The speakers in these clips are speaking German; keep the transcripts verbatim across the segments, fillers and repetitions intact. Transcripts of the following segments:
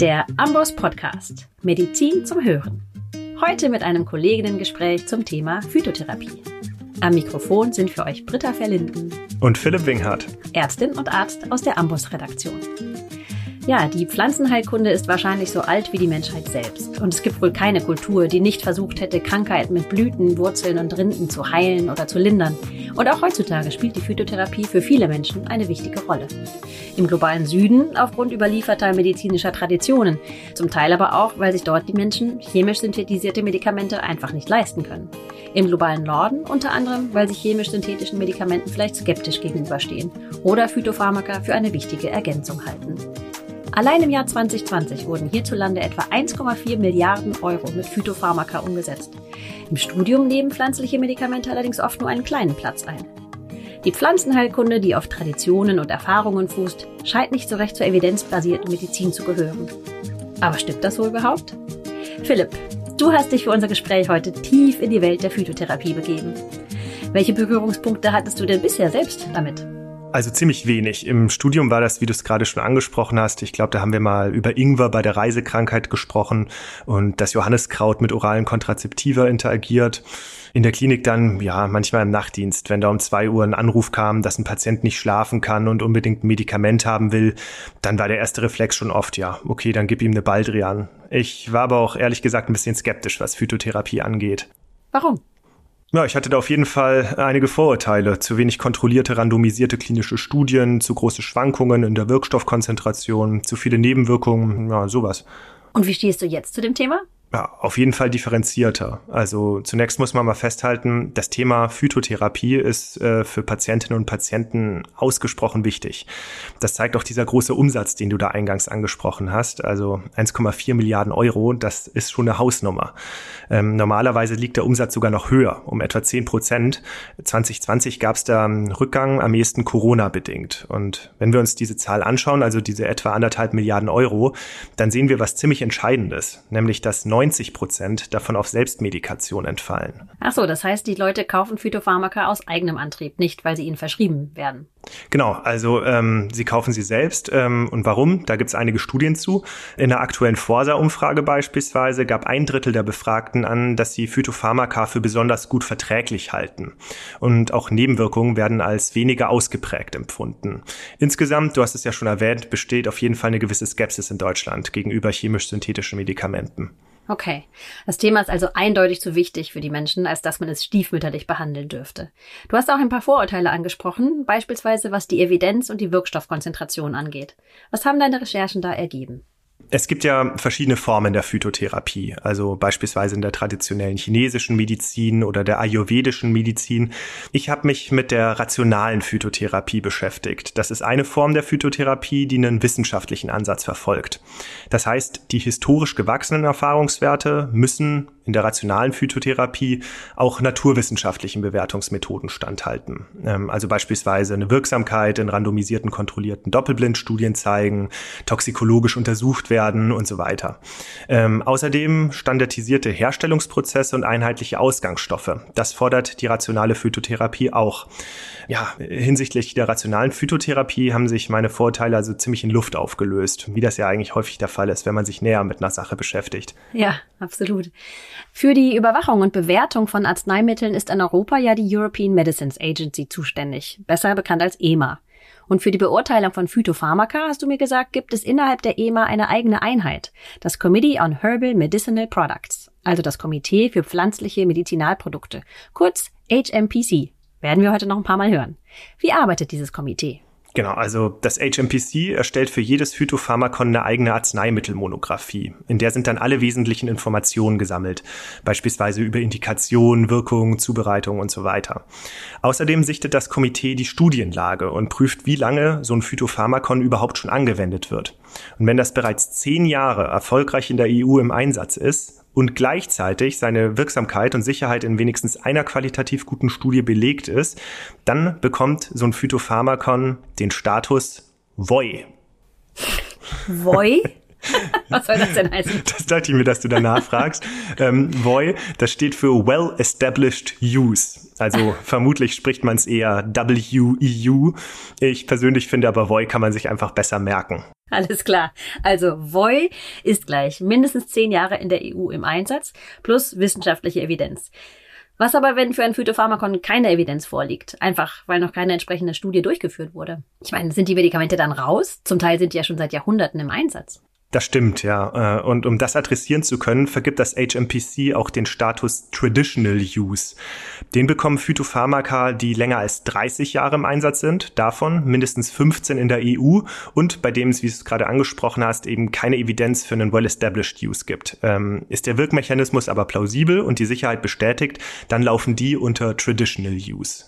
Der Amboss Podcast Medizin zum Hören. Heute mit einem Kolleginnengespräch zum Thema Phytotherapie. Am Mikrofon sind für euch Britta Verlinden und Philipp Winghardt, Ärztin und Arzt aus der Amboss-Redaktion. Ja, die Pflanzenheilkunde ist wahrscheinlich so alt wie die Menschheit selbst. Und es gibt wohl keine Kultur, die nicht versucht hätte, Krankheiten mit Blüten, Wurzeln und Rinden zu heilen oder zu lindern. Und auch heutzutage spielt die Phytotherapie für viele Menschen eine wichtige Rolle. Im globalen Süden aufgrund überlieferter medizinischer Traditionen, zum Teil aber auch, weil sich dort die Menschen chemisch synthetisierte Medikamente einfach nicht leisten können. Im globalen Norden unter anderem, weil sie chemisch-synthetischen Medikamenten vielleicht skeptisch gegenüberstehen oder Phytopharmaka für eine wichtige Ergänzung halten. Allein im Jahr zwanzig zwanzig wurden hierzulande etwa eins Komma vier Milliarden Euro mit Phytopharmaka umgesetzt. Im Studium nehmen pflanzliche Medikamente allerdings oft nur einen kleinen Platz ein. Die Pflanzenheilkunde, die auf Traditionen und Erfahrungen fußt, scheint nicht so recht zur evidenzbasierten Medizin zu gehören. Aber stimmt das wohl überhaupt? Philipp, du hast dich für unser Gespräch heute tief in die Welt der Phytotherapie begeben. Welche Berührungspunkte hattest du denn bisher selbst damit? Also ziemlich wenig. Im Studium war das, wie du es gerade schon angesprochen hast. Ich glaube, da haben wir mal über Ingwer bei der Reisekrankheit gesprochen und das Johanniskraut mit oralen Kontrazeptiva interagiert. In der Klinik dann, ja, manchmal im Nachtdienst, wenn da um zwei Uhr ein Anruf kam, dass ein Patient nicht schlafen kann und unbedingt ein Medikament haben will, dann war der erste Reflex schon oft, ja, okay, dann gib ihm eine Baldrian. Ich war aber auch ehrlich gesagt ein bisschen skeptisch, was Phytotherapie angeht. Warum? Ja, ich hatte da auf jeden Fall einige Vorurteile. Zu wenig kontrollierte, randomisierte klinische Studien, zu große Schwankungen in der Wirkstoffkonzentration, zu viele Nebenwirkungen, ja, sowas. Und wie stehst du jetzt zu dem Thema? Ja, auf jeden Fall differenzierter. Also zunächst muss man mal festhalten, das Thema Phytotherapie ist äh, für Patientinnen und Patienten ausgesprochen wichtig. Das zeigt auch dieser große Umsatz, den du da eingangs angesprochen hast. Also eins Komma vier Milliarden Euro, das ist schon eine Hausnummer. Ähm, normalerweise liegt der Umsatz sogar noch höher, um etwa zehn Prozent. zwanzig zwanzig gab es da einen Rückgang, am ehesten Corona-bedingt. Und wenn wir uns diese Zahl anschauen, also diese etwa anderthalb Milliarden Euro, dann sehen wir was ziemlich Entscheidendes, nämlich dass neunzig Prozent davon auf Selbstmedikation entfallen. Ach so, das heißt, die Leute kaufen Phytopharmaka aus eigenem Antrieb, nicht weil sie ihnen verschrieben werden. Genau, also ähm, sie kaufen sie selbst. Ähm, und warum? Da gibt es einige Studien zu. In der aktuellen Forsa-Umfrage beispielsweise gab ein Drittel der Befragten an, dass sie Phytopharmaka für besonders gut verträglich halten. Und auch Nebenwirkungen werden als weniger ausgeprägt empfunden. Insgesamt, du hast es ja schon erwähnt, besteht auf jeden Fall eine gewisse Skepsis in Deutschland gegenüber chemisch-synthetischen Medikamenten. Okay, das Thema ist also eindeutig zu wichtig für die Menschen, als dass man es stiefmütterlich behandeln dürfte. Du hast auch ein paar Vorurteile angesprochen, beispielsweise was die Evidenz und die Wirkstoffkonzentration angeht. Was haben deine Recherchen da ergeben? Es gibt ja verschiedene Formen der Phytotherapie, also beispielsweise in der traditionellen chinesischen Medizin oder der ayurvedischen Medizin. Ich habe mich mit der rationalen Phytotherapie beschäftigt. Das ist eine Form der Phytotherapie, die einen wissenschaftlichen Ansatz verfolgt. Das heißt, die historisch gewachsenen Erfahrungswerte müssen in der rationalen Phytotherapie auch naturwissenschaftlichen Bewertungsmethoden standhalten. Also beispielsweise eine Wirksamkeit in randomisierten, kontrollierten Doppelblindstudien zeigen, toxikologisch untersucht werden und so weiter. Ähm, außerdem standardisierte Herstellungsprozesse und einheitliche Ausgangsstoffe. Das fordert die rationale Phytotherapie auch. Ja, hinsichtlich der rationalen Phytotherapie haben sich meine Vorurteile also ziemlich in Luft aufgelöst, wie das ja eigentlich häufig der Fall ist, wenn man sich näher mit einer Sache beschäftigt. Ja, absolut. Für die Überwachung und Bewertung von Arzneimitteln ist in Europa ja die European Medicines Agency zuständig, besser bekannt als E M A. Und für die Beurteilung von Phytopharmaka, hast du mir gesagt, gibt es innerhalb der E M A eine eigene Einheit, das Committee on Herbal Medicinal Products, also das Komitee für pflanzliche Medizinalprodukte, kurz H M P C. Werden wir heute noch ein paar Mal hören. Wie arbeitet dieses Komitee? Genau, also das H M P C erstellt für jedes Phytopharmakon eine eigene Arzneimittelmonographie. In der sind dann alle wesentlichen Informationen gesammelt, beispielsweise über Indikation, Wirkung, Zubereitung und so weiter. Außerdem sichtet das Komitee die Studienlage und prüft, wie lange so ein Phytopharmakon überhaupt schon angewendet wird. Und wenn das bereits zehn Jahre erfolgreich in der E U im Einsatz ist und gleichzeitig seine Wirksamkeit und Sicherheit in wenigstens einer qualitativ guten Studie belegt ist, dann bekommt so ein Phytopharmakon den Status V O I. V O I? Was soll das denn heißen? Das dachte ich mir, dass du danach fragst. Ähm, V O I, das steht für Well Established Use. Also vermutlich spricht man es eher W E U. Ich persönlich finde aber V O I kann man sich einfach besser merken. Alles klar. Also V O I ist gleich mindestens zehn Jahre in der E U im Einsatz plus wissenschaftliche Evidenz. Was aber, wenn für ein Phytopharmakon keine Evidenz vorliegt? Einfach, weil noch keine entsprechende Studie durchgeführt wurde. Ich meine, sind die Medikamente dann raus? Zum Teil sind die ja schon seit Jahrhunderten im Einsatz. Das stimmt, ja. Und um das adressieren zu können, vergibt das H M P C auch den Status Traditional Use. Den bekommen Phytopharmaka, die länger als dreißig Jahre im Einsatz sind, davon mindestens fünfzehn in der E U und bei dem es, wie du es gerade angesprochen hast, eben keine Evidenz für einen well-established Use gibt. Ähm, ist der Wirkmechanismus aber plausibel und die Sicherheit bestätigt, dann laufen die unter Traditional Use.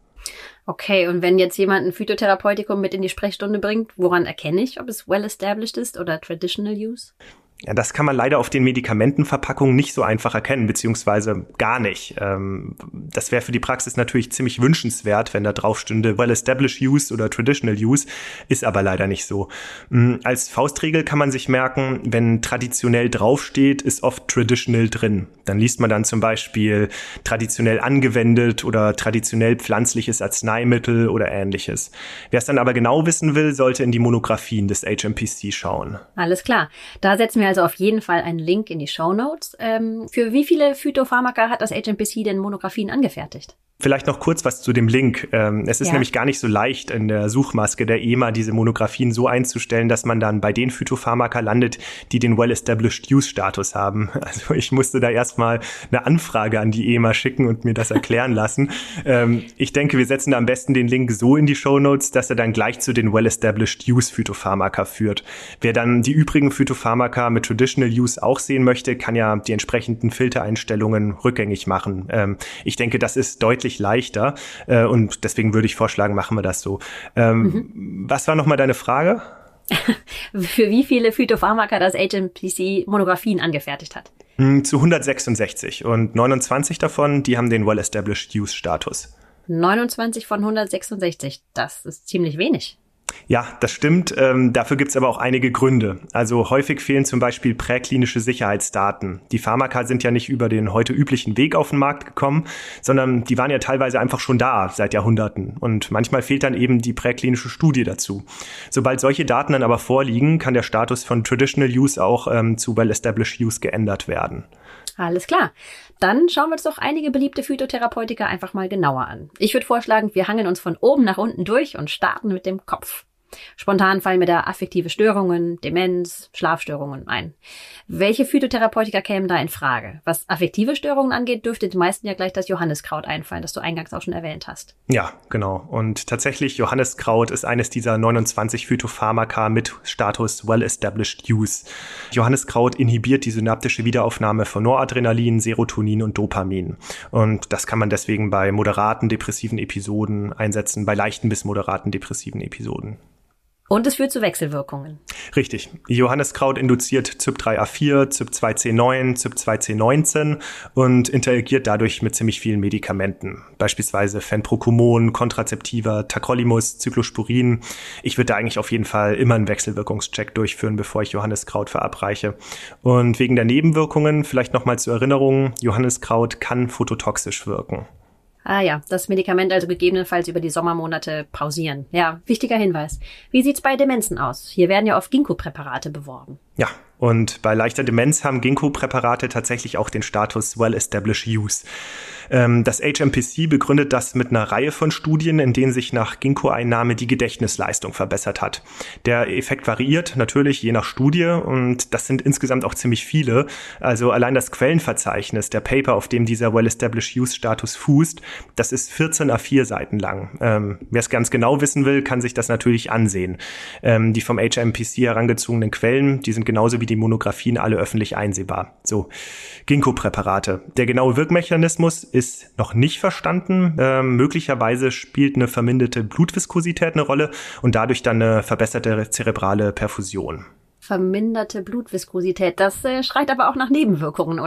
Okay, und wenn jetzt jemand ein Phytotherapeutikum mit in die Sprechstunde bringt, woran erkenne ich, ob es well-established ist oder Traditional Use? Ja, das kann man leider auf den Medikamentenverpackungen nicht so einfach erkennen, beziehungsweise gar nicht. Ähm, das wäre für die Praxis natürlich ziemlich wünschenswert, wenn da drauf stünde Well-Established Use oder Traditional Use, ist aber leider nicht so. Ähm, als Faustregel kann man sich merken, wenn traditionell draufsteht, ist oft Traditional drin. Dann liest man dann zum Beispiel traditionell angewendet oder traditionell pflanzliches Arzneimittel oder ähnliches. Wer es dann aber genau wissen will, sollte in die Monographien des H M P C schauen. Alles klar. Da setzen wir also auf jeden Fall einen Link in die Shownotes. Ähm, für wie viele Phytopharmaka hat das H M P C denn Monographien angefertigt? Vielleicht noch kurz was zu dem Link. Ähm, es ist ja. nämlich gar nicht so leicht, in der Suchmaske der E M A diese Monographien so einzustellen, dass man dann bei den Phytopharmaka landet, die den Well-Established-Use-Status haben. Also ich musste da erstmal eine Anfrage an die E M A schicken und mir das erklären lassen. ähm, ich denke, wir setzen da am besten den Link so in die Shownotes, dass er dann gleich zu den Well-Established-Use-Phytopharmaka führt. Wer dann die übrigen Phytopharmaka mit Traditional Use auch sehen möchte, kann ja die entsprechenden Filtereinstellungen rückgängig machen. Ähm, ich denke, das ist deutlich leichter äh, und deswegen würde ich vorschlagen, machen wir das so. Ähm, mhm. Was war nochmal deine Frage? Für wie viele Phytopharmaka das H M P C Monographien angefertigt hat? Zu hundertsechsundsechzig und neunundzwanzig davon, die haben den Well-Established Use-Status. neunundzwanzig von hundertsechsundsechzig, das ist ziemlich wenig. Ja, das stimmt. Ähm, dafür gibt's aber auch einige Gründe. Also häufig fehlen zum Beispiel präklinische Sicherheitsdaten. Die Pharmaka sind ja nicht über den heute üblichen Weg auf den Markt gekommen, sondern die waren ja teilweise einfach schon da seit Jahrhunderten. Und manchmal fehlt dann eben die präklinische Studie dazu. Sobald solche Daten dann aber vorliegen, kann der Status von Traditional Use auch ähm, zu Well-Established Use geändert werden. Alles klar. Dann schauen wir uns doch einige beliebte Phytotherapeutika einfach mal genauer an. Ich würde vorschlagen, wir hangeln uns von oben nach unten durch und starten mit dem Kopf. Spontan fallen mir da affektive Störungen, Demenz, Schlafstörungen ein. Welche Phytotherapeutika kämen da in Frage? Was affektive Störungen angeht, dürfte den meisten ja gleich das Johanniskraut einfallen, das du eingangs auch schon erwähnt hast. Ja, genau. Und tatsächlich, Johanniskraut ist eines dieser neunundzwanzig Phytopharmaka mit Status Well-Established Use. Johanniskraut inhibiert die synaptische Wiederaufnahme von Noradrenalin, Serotonin und Dopamin. Und das kann man deswegen bei moderaten depressiven Episoden einsetzen, bei leichten bis moderaten depressiven Episoden. Und es führt zu Wechselwirkungen. Richtig. Johanniskraut induziert C Y P drei A vier, C Y P zwei C neun, C Y P zwei C neunzehn und interagiert dadurch mit ziemlich vielen Medikamenten. Beispielsweise Fenprocumon, Kontrazeptiva, Tacrolimus, Cyclosporin. Ich würde da eigentlich auf jeden Fall immer einen Wechselwirkungscheck durchführen, bevor ich Johanniskraut verabreiche. Und wegen der Nebenwirkungen, vielleicht nochmal zur Erinnerung, Johanniskraut kann phototoxisch wirken. Ah ja, das Medikament also gegebenenfalls über die Sommermonate pausieren. Ja, wichtiger Hinweis. Wie sieht's bei Demenzen aus? Hier werden ja oft Ginkgo-Präparate beworben. Ja, und bei leichter Demenz haben Ginkgo-Präparate tatsächlich auch den Status Well-Established Use. Ähm, das H M P C begründet das mit einer Reihe von Studien, in denen sich nach Ginkgo-Einnahme die Gedächtnisleistung verbessert hat. Der Effekt variiert natürlich je nach Studie und das sind insgesamt auch ziemlich viele. Also allein das Quellenverzeichnis der Paper, auf dem dieser Well-Established Use-Status fußt, das ist vierzehn A vier Seiten lang. Ähm, wer es ganz genau wissen will, kann sich das natürlich ansehen. Ähm, die vom H M P C herangezogenen Quellen, die sind genauso wie die Monographien alle öffentlich einsehbar. So, Ginkgo-Präparate. Der genaue Wirkmechanismus ist noch nicht verstanden. Ähm, möglicherweise spielt eine verminderte Blutviskosität eine Rolle und dadurch dann eine verbesserte zerebrale Perfusion. Verminderte Blutviskosität, das äh, schreit aber auch nach Nebenwirkungen, oder?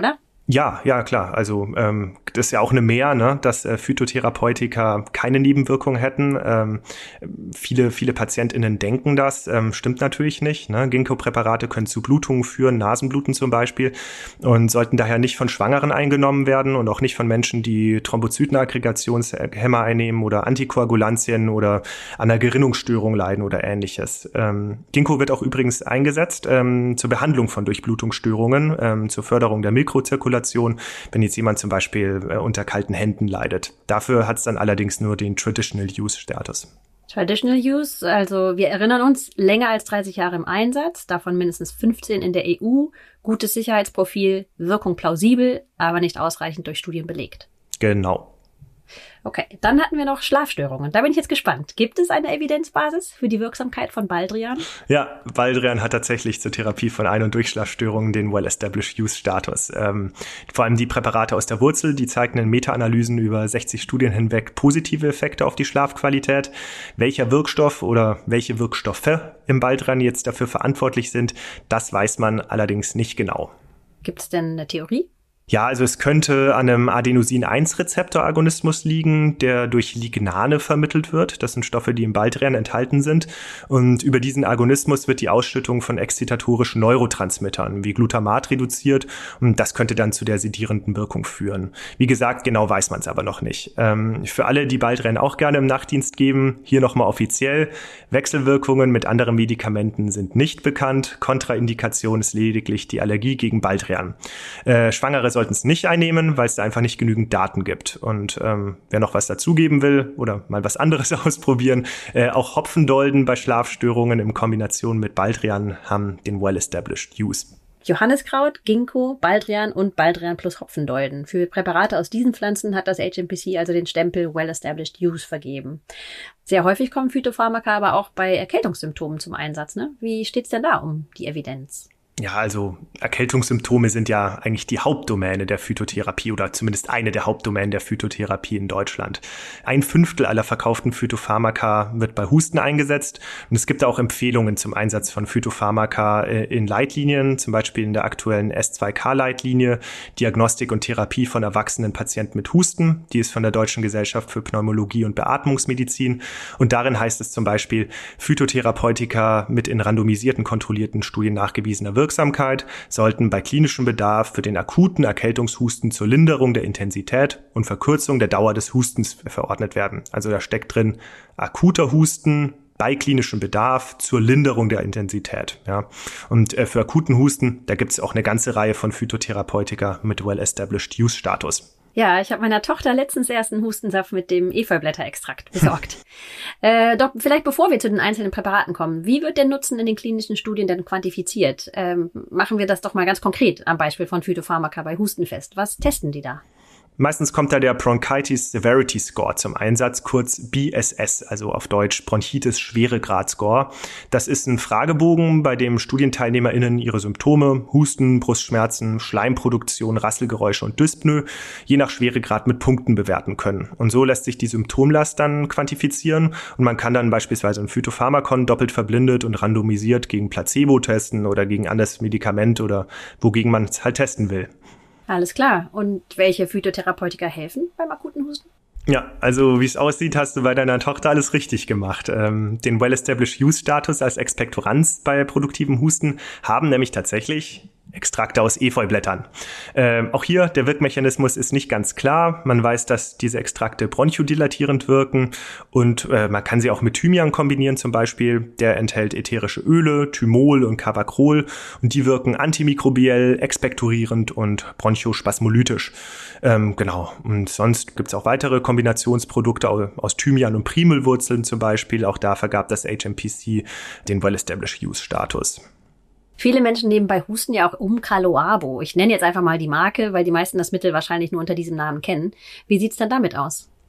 Ja, ja, klar. Also ähm, das ist ja auch eine Mehr, ne, dass äh, Phytotherapeutika keine Nebenwirkungen hätten. Ähm, viele, viele PatientInnen denken das, ähm, stimmt natürlich nicht. Ne? Ginkgo-Präparate können zu Blutungen führen, Nasenbluten zum Beispiel, und sollten daher nicht von Schwangeren eingenommen werden und auch nicht von Menschen, die Thrombozytenaggregationshemmer einnehmen oder Antikoagulantien oder an einer Gerinnungsstörung leiden oder ähnliches. Ähm, Ginkgo wird auch übrigens eingesetzt ähm, zur Behandlung von Durchblutungsstörungen, ähm, zur Förderung der Mikrozirkulation, wenn jetzt jemand zum Beispiel äh, unter kalten Händen leidet. Dafür hat es dann allerdings nur den Traditional Use Status. Traditional Use, also wir erinnern uns, länger als dreißig Jahre im Einsatz, davon mindestens fünfzehn in der E U, gutes Sicherheitsprofil, Wirkung plausibel, aber nicht ausreichend durch Studien belegt. Genau. Okay, dann hatten wir noch Schlafstörungen. Da bin ich jetzt gespannt. Gibt es eine Evidenzbasis für die Wirksamkeit von Baldrian? Ja, Baldrian hat tatsächlich zur Therapie von Ein- und Durchschlafstörungen den Well-Established-Use-Status. Ähm, vor allem die Präparate aus der Wurzel, die zeigten in Meta-Analysen über sechzig Studien hinweg positive Effekte auf die Schlafqualität. Welcher Wirkstoff oder welche Wirkstoffe im Baldrian jetzt dafür verantwortlich sind, das weiß man allerdings nicht genau. Gibt es denn eine Theorie? Ja, also es könnte an einem Adenosin eins Rezeptor Agonismus liegen, der durch Lignane vermittelt wird. Das sind Stoffe, die im Baldrian enthalten sind. Und über diesen Agonismus wird die Ausschüttung von exzitatorischen Neurotransmittern wie Glutamat reduziert. Und das könnte dann zu der sedierenden Wirkung führen. Wie gesagt, genau weiß man es aber noch nicht. Ähm, für alle, die Baldrian auch gerne im Nachtdienst geben, hier nochmal offiziell. Wechselwirkungen mit anderen Medikamenten sind nicht bekannt. Kontraindikation ist lediglich die Allergie gegen Baldrian. Äh, Schwangere sollten es nicht einnehmen, weil es da einfach nicht genügend Daten gibt. Und ähm, wer noch was dazugeben will oder mal was anderes ausprobieren, äh, auch Hopfendolden bei Schlafstörungen in Kombination mit Baldrian haben den Well-Established Use. Johanniskraut, Ginkgo, Baldrian und Baldrian plus Hopfendolden. Für Präparate aus diesen Pflanzen hat das H M P C also den Stempel Well-Established Use vergeben. Sehr häufig kommen Phytopharmaka aber auch bei Erkältungssymptomen zum Einsatz, ne? Wie steht's denn da um die Evidenz? Ja, also Erkältungssymptome sind ja eigentlich die Hauptdomäne der Phytotherapie oder zumindest eine der Hauptdomänen der Phytotherapie in Deutschland. Ein Fünftel aller verkauften Phytopharmaka wird bei Husten eingesetzt und es gibt auch Empfehlungen zum Einsatz von Phytopharmaka in Leitlinien, zum Beispiel in der aktuellen S zwei K-Leitlinie Diagnostik und Therapie von erwachsenen Patienten mit Husten. Die ist von der Deutschen Gesellschaft für Pneumologie und Beatmungsmedizin und darin heißt es zum Beispiel Phytotherapeutika mit in randomisierten, kontrollierten Studien nachgewiesener Wirksamkeit Wirksamkeit sollten bei klinischem Bedarf für den akuten Erkältungshusten zur Linderung der Intensität und Verkürzung der Dauer des Hustens verordnet werden. Also da steckt drin akuter Husten bei klinischem Bedarf zur Linderung der Intensität. Ja. Und äh, für akuten Husten, da gibt es auch eine ganze Reihe von Phytotherapeutika mit Well-Established Use Status. Ja, ich habe meiner Tochter letztens erst einen Hustensaft mit dem Efeublätterextrakt besorgt. äh, doch vielleicht bevor wir zu den einzelnen Präparaten kommen, wie wird der Nutzen in den klinischen Studien denn quantifiziert? Ähm, machen wir das doch mal ganz konkret am Beispiel von Phytopharmaka bei Husten fest. Was testen die da? Meistens kommt da der Bronchitis Severity Score zum Einsatz, kurz B S S, also auf Deutsch Bronchitis Schweregrad Score. Das ist ein Fragebogen, bei dem StudienteilnehmerInnen ihre Symptome, Husten, Brustschmerzen, Schleimproduktion, Rasselgeräusche und Dyspnoe je nach Schweregrad mit Punkten bewerten können. Und so lässt sich die Symptomlast dann quantifizieren und man kann dann beispielsweise ein Phytopharmakon doppelt verblindet und randomisiert gegen Placebo testen oder gegen anderes Medikament oder wogegen man es halt testen will. Alles klar. Und welche Phytotherapeutika helfen beim akuten Husten? Ja, also wie es aussieht, hast du bei deiner Tochter alles richtig gemacht. Ähm, den Well-Established Use Status als Expektoranz bei produktivem Husten haben nämlich tatsächlich Extrakte aus Efeublättern. Ähm, auch hier, der Wirkmechanismus ist nicht ganz klar. Man weiß, dass diese Extrakte bronchodilatierend wirken und äh, man kann sie auch mit Thymian kombinieren zum Beispiel. Der enthält ätherische Öle, Thymol und Cavacrol und die wirken antimikrobiell, expektorierend und bronchospasmolytisch. Ähm, genau. Und sonst gibt's auch weitere Kombinationsprodukte aus Thymian und Primelwurzeln zum Beispiel. Auch da vergab das H M P C den Well-Established Use Status. Viele Menschen nehmen bei Husten ja auch Umcaloabo. Ich nenne jetzt einfach mal die Marke, weil die meisten das Mittel wahrscheinlich nur unter diesem Namen kennen. Wie sieht's denn damit aus?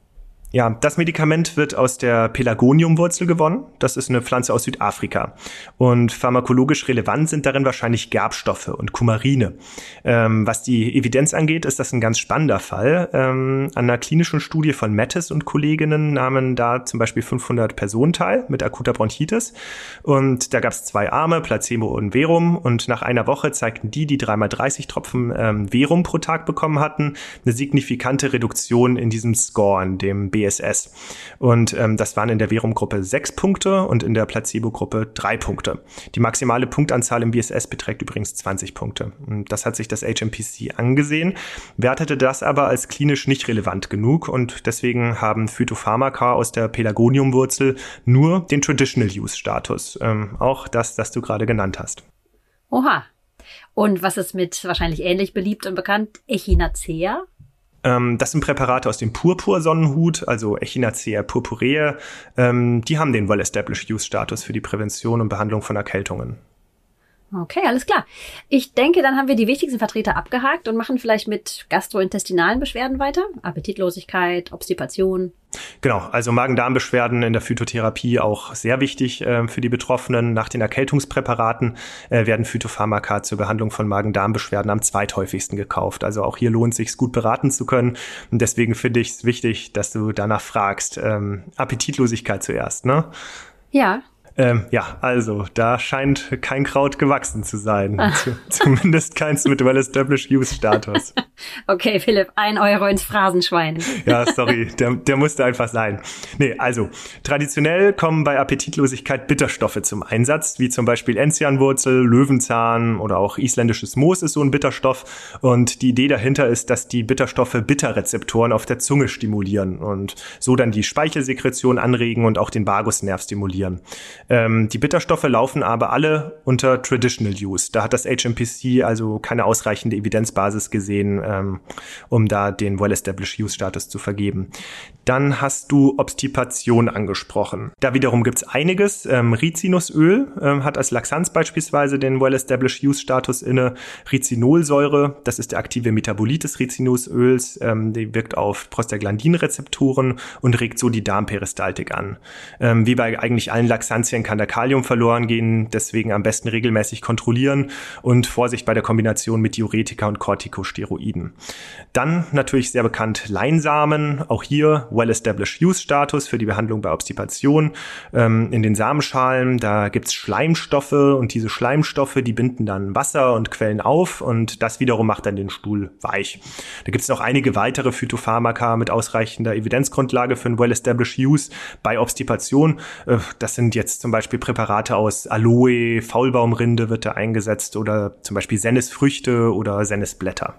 Ja, das Medikament wird aus der Pelargoniumwurzel gewonnen. Das ist eine Pflanze aus Südafrika. Und pharmakologisch relevant sind darin wahrscheinlich Gerbstoffe und Kumarine. Ähm, was die Evidenz angeht, ist das ein ganz spannender Fall. Ähm, an einer klinischen Studie von Mattes und Kolleginnen nahmen da zum Beispiel fünfhundert Personen teil mit akuter Bronchitis. Und da gab es zwei Arme, Placebo und Verum. Und nach einer Woche zeigten die, die dreimal dreißig Tropfen ähm, Verum pro Tag bekommen hatten, eine signifikante Reduktion in diesem Score, in dem B S S. Und ähm, das waren in der Verum-Gruppe sechs Punkte und in der Placebo-Gruppe drei Punkte. Die maximale Punktanzahl im B S S beträgt übrigens zwanzig Punkte. Und das hat sich das H M P C angesehen, wertete das aber als klinisch nicht relevant genug und deswegen haben Phytopharmaka aus der Pelargoniumwurzel nur den Traditional-Use-Status. Ähm, auch das, das du gerade genannt hast. Oha. Und was ist mit wahrscheinlich ähnlich beliebt und bekannt Echinacea? Ähm, das sind Präparate aus dem Purpursonnenhut, also Echinacea purpurea. Ähm, die haben den Well-Established-Use-Status für die Prävention und Behandlung von Erkältungen. Okay, alles klar. Ich denke, dann haben wir die wichtigsten Vertreter abgehakt und machen vielleicht mit gastrointestinalen Beschwerden weiter. Appetitlosigkeit, Obstipation. Genau, also Magen-Darm-Beschwerden in der Phytotherapie auch sehr wichtig äh, für die Betroffenen. Nach den Erkältungspräparaten äh, werden Phytopharmaka zur Behandlung von Magen-Darm-Beschwerden am zweithäufigsten gekauft. Also auch hier lohnt es sich, gut beraten zu können. Und deswegen finde ich es wichtig, dass du danach fragst. Ähm, Appetitlosigkeit zuerst, ne? Ja. Ähm, ja, also da scheint kein Kraut gewachsen zu sein. Z- zumindest keins mit Well-Established-Use-Status. Okay, Philipp, ein Euro ins Phrasenschwein. Ja, sorry, der, der musste einfach sein. Nee, also traditionell kommen bei Appetitlosigkeit Bitterstoffe zum Einsatz, wie zum Beispiel Enzianwurzel, Löwenzahn oder auch isländisches Moos ist so ein Bitterstoff. Und die Idee dahinter ist, dass die Bitterstoffe Bitterrezeptoren auf der Zunge stimulieren und so dann die Speichelsekretion anregen und auch den Vagusnerv stimulieren. Ähm, die Bitterstoffe laufen aber alle unter Traditional Use. Da hat das H M P C also keine ausreichende Evidenzbasis gesehen, ähm, um da den Well-Established-Use-Status zu vergeben. Dann hast du Obstipation angesprochen. Da wiederum gibt's einiges. Ähm, Rizinusöl ähm, hat als Laxanz beispielsweise den Well-Established-Use-Status inne. Rizinolsäure, das ist der aktive Metabolit des Rizinusöls, ähm, die wirkt auf Prostaglandinrezeptoren und regt so die Darmperistaltik an. Ähm, wie bei eigentlich allen Laxantien kann da Kalium verloren gehen, deswegen am besten regelmäßig kontrollieren und Vorsicht bei der Kombination mit Diuretika und Corticosteroiden. Dann natürlich sehr bekannt Leinsamen, auch hier Well-Established-Use-Status für die Behandlung bei Obstipation. Ähm, in den Samenschalen, da gibt's Schleimstoffe und diese Schleimstoffe, die binden dann Wasser und quellen auf und das wiederum macht dann den Stuhl weich. Da gibt's noch einige weitere Phytopharmaka mit ausreichender Evidenzgrundlage für ein Well-Established-Use bei Obstipation. Äh, das sind jetzt zum Beispiel Präparate aus Aloe, Faulbaumrinde wird da eingesetzt oder zum Beispiel Senisfrüchte oder Senisblätter.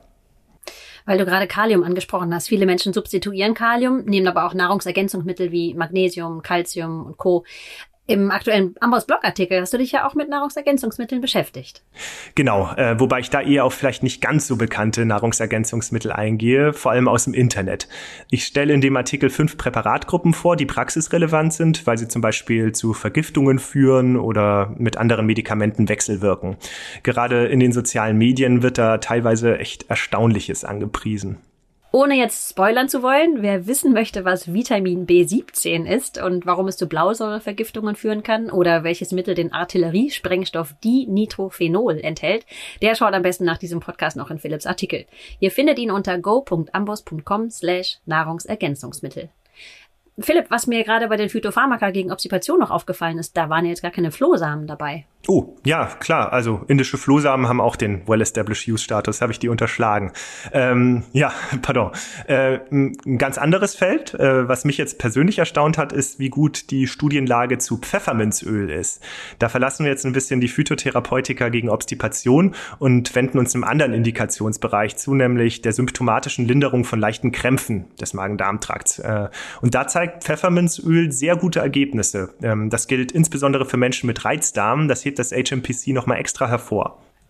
Weil du gerade Kalium angesprochen hast. Viele Menschen substituieren Kalium, nehmen aber auch Nahrungsergänzungsmittel wie Magnesium, Calcium und Co. Im aktuellen Amboss-Blog-Artikel hast du dich ja auch mit Nahrungsergänzungsmitteln beschäftigt. Genau, äh, wobei ich da eher auf vielleicht nicht ganz so bekannte Nahrungsergänzungsmittel eingehe, vor allem aus dem Internet. Ich stelle in dem Artikel fünf Präparatgruppen vor, die praxisrelevant sind, weil sie zum Beispiel zu Vergiftungen führen oder mit anderen Medikamenten wechselwirken. Gerade in den sozialen Medien wird da teilweise echt Erstaunliches angepriesen. Ohne jetzt spoilern zu wollen, wer wissen möchte, was Vitamin B siebzehn ist und warum es zu Blausäurevergiftungen führen kann oder welches Mittel den Artilleriesprengstoff Dinitrophenol enthält, der schaut am besten nach diesem Podcast noch in Philipps Artikel. Ihr findet ihn unter go.amboss.com slash Nahrungsergänzungsmittel. Philipp, was mir gerade bei den Phytopharmaka gegen Obstipation noch aufgefallen ist, da waren jetzt gar keine Flohsamen dabei. Oh, ja, klar. Also indische Flohsamen haben auch den Well-Established-Use-Status, habe ich die unterschlagen. Ähm, ja, pardon. Äh, ein ganz anderes Feld, äh, was mich jetzt persönlich erstaunt hat, ist, wie gut die Studienlage zu Pfefferminzöl ist. Da verlassen wir jetzt ein bisschen die Phytotherapeutika gegen Obstipation und wenden uns einem anderen Indikationsbereich zu, nämlich der symptomatischen Linderung von leichten Krämpfen des Magen-Darm-Trakts. Äh, und da zeigt Pfefferminzöl sehr gute Ergebnisse. Ähm, das gilt insbesondere für Menschen mit Reizdarm. Das hebt das H M P C nochmal extra hervor.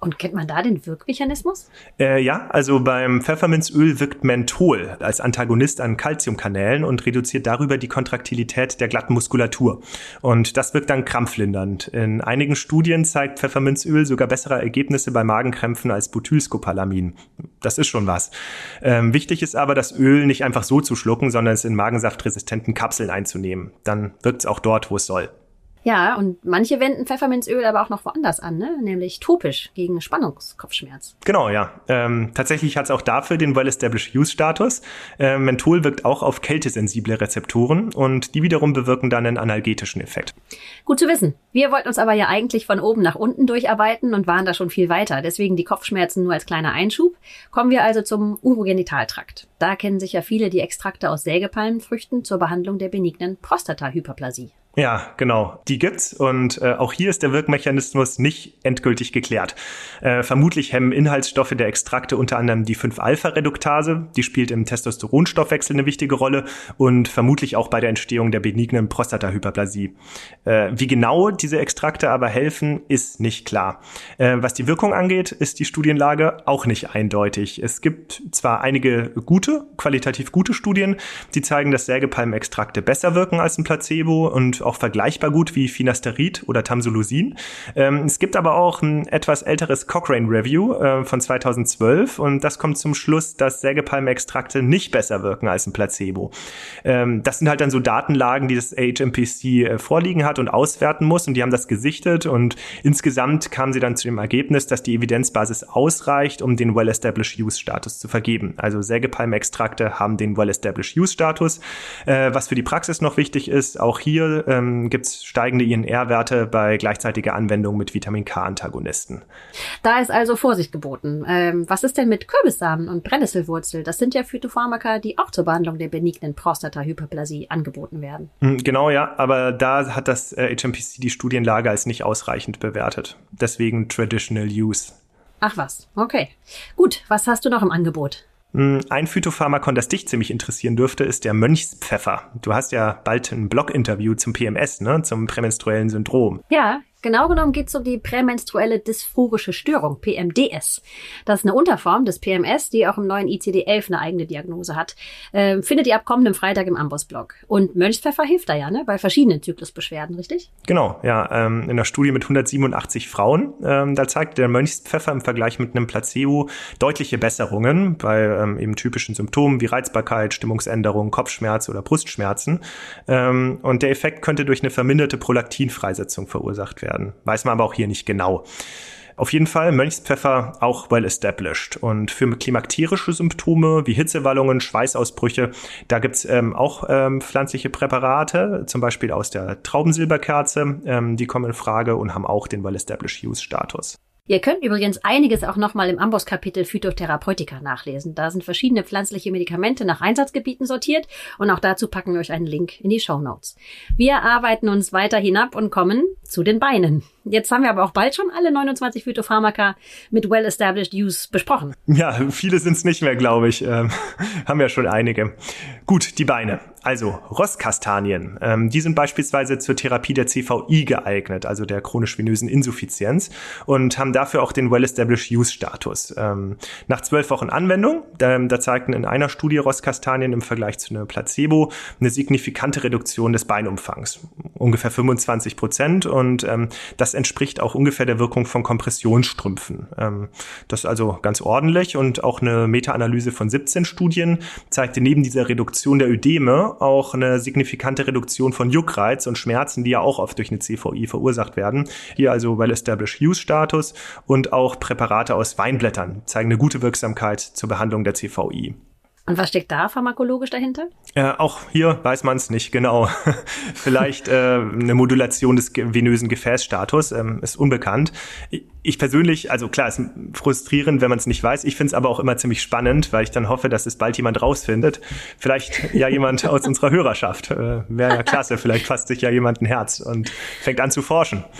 Und kennt man da den Wirkmechanismus? Äh, ja, also beim Pfefferminzöl wirkt Menthol als Antagonist an Calciumkanälen und reduziert darüber die Kontraktilität der glatten Muskulatur. Und das wirkt dann krampflindernd. In einigen Studien zeigt Pfefferminzöl sogar bessere Ergebnisse bei Magenkrämpfen als Butylscopalamin. Das ist schon was. Ähm, wichtig ist aber, das Öl nicht einfach so zu schlucken, sondern es in magensaftresistenten Kapseln einzunehmen. Dann wirkt es auch dort, wo es soll. Ja, und manche wenden Pfefferminzöl aber auch noch woanders an, ne? Nämlich topisch gegen Spannungskopfschmerz. Genau, ja. Ähm, tatsächlich hat es auch dafür den Well-Established-Use-Status. Ähm, Menthol wirkt auch auf kältesensible Rezeptoren und die wiederum bewirken dann einen analgetischen Effekt. Gut zu wissen. Wir wollten uns aber ja eigentlich von oben nach unten durcharbeiten und waren da schon viel weiter. Deswegen die Kopfschmerzen nur als kleiner Einschub. Kommen wir also zum Urogenitaltrakt. Da kennen sich ja viele die Extrakte aus Sägepalmenfrüchten zur Behandlung der benignen Prostatahyperplasie. Ja, genau. Die gibt's und äh, auch hier ist der Wirkmechanismus nicht endgültig geklärt. Äh, vermutlich hemmen Inhaltsstoffe der Extrakte unter anderem die fünf Alpha Reduktase, die spielt im Testosteronstoffwechsel eine wichtige Rolle und vermutlich auch bei der Entstehung der benignen Prostatahyperplasie. Äh, wie genau diese Extrakte aber helfen, ist nicht klar. Äh, was die Wirkung angeht, ist die Studienlage auch nicht eindeutig. Es gibt zwar einige gute, qualitativ gute Studien, die zeigen, dass Sägepalmenextrakte besser wirken als ein Placebo und auch vergleichbar gut wie Finasterid oder Tamsulosin. Ähm, es gibt aber auch ein etwas älteres Cochrane Review äh, von zweitausendzwölf und das kommt zum Schluss, dass Sägepalmenextrakte nicht besser wirken als ein Placebo. Ähm, das sind halt dann so Datenlagen, die das A H M P C äh, vorliegen hat und auswerten muss und die haben das gesichtet und insgesamt kamen sie dann zu dem Ergebnis, dass die Evidenzbasis ausreicht, um den Well-Established-Use-Status zu vergeben. Also Sägepalmenextrakte haben den Well-Established-Use-Status. Äh, was für die Praxis noch wichtig ist, auch hier ähm, gibt es steigende I N R-Werte bei gleichzeitiger Anwendung mit Vitamin-K-Antagonisten. Da ist also Vorsicht geboten. Ähm, was ist denn mit Kürbissamen und Brennnesselwurzel? Das sind ja Phytopharmaka, die auch zur Behandlung der benignen Prostatahyperplasie angeboten werden. Genau, ja, aber da hat das äh, H M P C die Studienlage als nicht ausreichend bewertet. Deswegen Traditional Use. Ach was, okay. Gut, was hast du noch im Angebot? Ein Phytopharmakon, das dich ziemlich interessieren dürfte, ist der Mönchspfeffer. Du hast ja bald ein Blog-Interview zum P M S, ne, zum prämenstruellen Syndrom. Ja, genau genommen geht es um die prämenstruelle dysphorische Störung, P M D S. Das ist eine Unterform des P M S, die auch im neuen I C D elf eine eigene Diagnose hat. Ähm, findet ihr ab kommendem Freitag im Amboss-Blog. Und Mönchspfeffer hilft da ja, ne, bei verschiedenen Zyklusbeschwerden, richtig? Genau, ja. Ähm, in einer Studie mit hundertsiebenundachtzig Frauen, ähm, da zeigt der Mönchspfeffer im Vergleich mit einem Placebo deutliche Besserungen bei ähm, eben typischen Symptomen wie Reizbarkeit, Stimmungsänderung, Kopfschmerz oder Brustschmerzen. Ähm, und der Effekt könnte durch eine verminderte Prolaktinfreisetzung verursacht werden. Weiß man aber auch hier nicht genau. Auf jeden Fall Mönchspfeffer auch well established. Und für klimakterische Symptome wie Hitzewallungen, Schweißausbrüche, da gibt's ähm, auch ähm, pflanzliche Präparate, zum Beispiel aus der Traubensilberkerze. Ähm, die kommen in Frage und haben auch den well established Use Status. Ihr könnt übrigens einiges auch nochmal im Amboss-Kapitel Phytotherapeutika nachlesen. Da sind verschiedene pflanzliche Medikamente nach Einsatzgebieten sortiert und auch dazu packen wir euch einen Link in die Shownotes. Wir arbeiten uns weiter hinab und kommen zu den Beinen. Jetzt haben wir aber auch bald schon alle neunundzwanzig Phytopharmaka mit Well-Established Use besprochen. Ja, viele sind es nicht mehr, glaube ich. Ähm, haben ja schon einige. Gut, die Beine. Also Rosskastanien. Ähm, die sind beispielsweise zur Therapie der C V I geeignet, also der chronisch-venösen Insuffizienz, und haben dafür auch den Well-Established-Use-Status. Ähm, nach zwölf Wochen Anwendung, da, da zeigten in einer Studie Rosskastanien im Vergleich zu einem Placebo eine signifikante Reduktion des Beinumfangs. Ungefähr fünfundzwanzig Prozent und ähm, das entspricht auch ungefähr der Wirkung von Kompressionsstrümpfen. Ähm, das ist also ganz ordentlich und auch eine Meta-Analyse von siebzehn Studien zeigte neben dieser Reduktion der Ödeme auch eine signifikante Reduktion von Juckreiz und Schmerzen, die ja auch oft durch eine C V I verursacht werden. Hier also Well-Established Use-Status und auch Präparate aus Weinblättern zeigen eine gute Wirksamkeit zur Behandlung der C V I. Und was steckt da pharmakologisch dahinter? Äh, auch hier weiß man es nicht genau. Vielleicht äh, eine Modulation des venösen Gefäßstatus, ähm, ist unbekannt. Ich persönlich, also klar, ist frustrierend, wenn man es nicht weiß. Ich finde es aber auch immer ziemlich spannend, weil ich dann hoffe, dass es bald jemand rausfindet. Vielleicht ja jemand aus unserer Hörerschaft. Äh, wäre ja klasse, vielleicht fasst sich ja jemand ein Herz und fängt an zu forschen.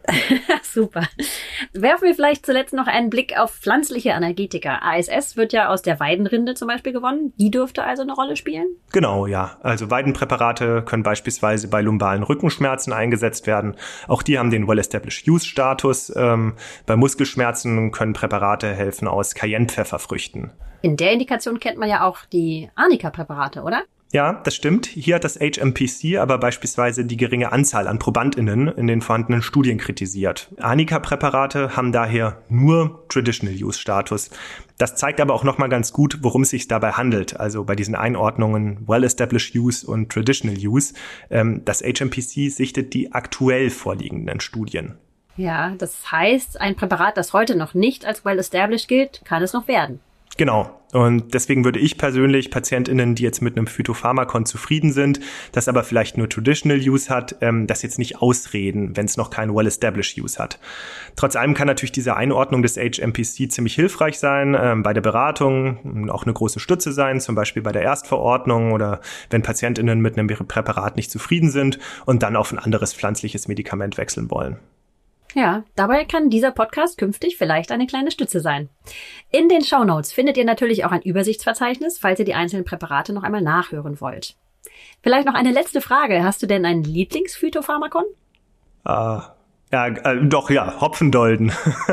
Super. Werfen wir vielleicht zuletzt noch einen Blick auf pflanzliche Analgetika. A S S wird ja aus der Weidenrinde zum Beispiel gewonnen. Die dürfte also eine Rolle spielen? Genau, ja. Also Weidenpräparate können beispielsweise bei lumbalen Rückenschmerzen eingesetzt werden. Auch die haben den Well-Established-Use-Status. Ähm, bei Muskelschmerzen können Präparate helfen aus Cayennepfefferfrüchten. In der Indikation kennt man ja auch die Arnika-Präparate, oder? Ja, das stimmt. Hier hat das H M P C aber beispielsweise die geringe Anzahl an ProbandInnen in den vorhandenen Studien kritisiert. Arnika-Präparate haben daher nur Traditional-Use-Status. Das zeigt aber auch nochmal ganz gut, worum es sich dabei handelt. Also bei diesen Einordnungen Well-Established Use und Traditional Use. Ähm, das H M P C sichtet die aktuell vorliegenden Studien. Ja, das heißt, ein Präparat, das heute noch nicht als well-established gilt, kann es noch werden. Genau. Und deswegen würde ich persönlich PatientInnen, die jetzt mit einem Phytopharmakon zufrieden sind, das aber vielleicht nur Traditional Use hat, ähm, das jetzt nicht ausreden, wenn es noch kein Well-Established Use hat. Trotz allem kann natürlich diese Einordnung des H M P C ziemlich hilfreich sein, ähm, bei der Beratung, auch eine große Stütze sein, zum Beispiel bei der Erstverordnung oder wenn PatientInnen mit einem Präparat nicht zufrieden sind und dann auf ein anderes pflanzliches Medikament wechseln wollen. Ja, dabei kann dieser Podcast künftig vielleicht eine kleine Stütze sein. In den Shownotes findet ihr natürlich auch ein Übersichtsverzeichnis, falls ihr die einzelnen Präparate noch einmal nachhören wollt. Vielleicht noch eine letzte Frage. Hast du denn ein Lieblings-Phytopharmakon? Uh, ja, äh, doch, ja, Hopfendolden.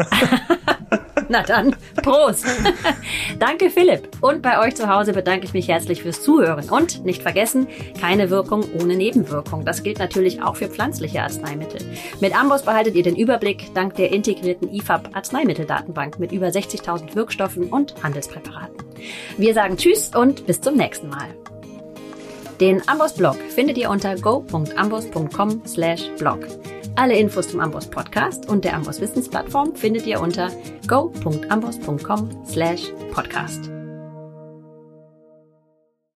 Na dann, Prost! Danke, Philipp. Und bei euch zu Hause bedanke ich mich herzlich fürs Zuhören. Und nicht vergessen, keine Wirkung ohne Nebenwirkung. Das gilt natürlich auch für pflanzliche Arzneimittel. Mit Amboss behaltet ihr den Überblick dank der integrierten I F A B-Arzneimitteldatenbank mit über sechzigtausend Wirkstoffen und Handelspräparaten. Wir sagen Tschüss und bis zum nächsten Mal. Den Amboss-Blog findet ihr unter go punkt amboss punkt com slash blog. Alle Infos zum Amboss Podcast und der Amboss Wissensplattform findet ihr unter go punkt amboss punkt com slash podcast.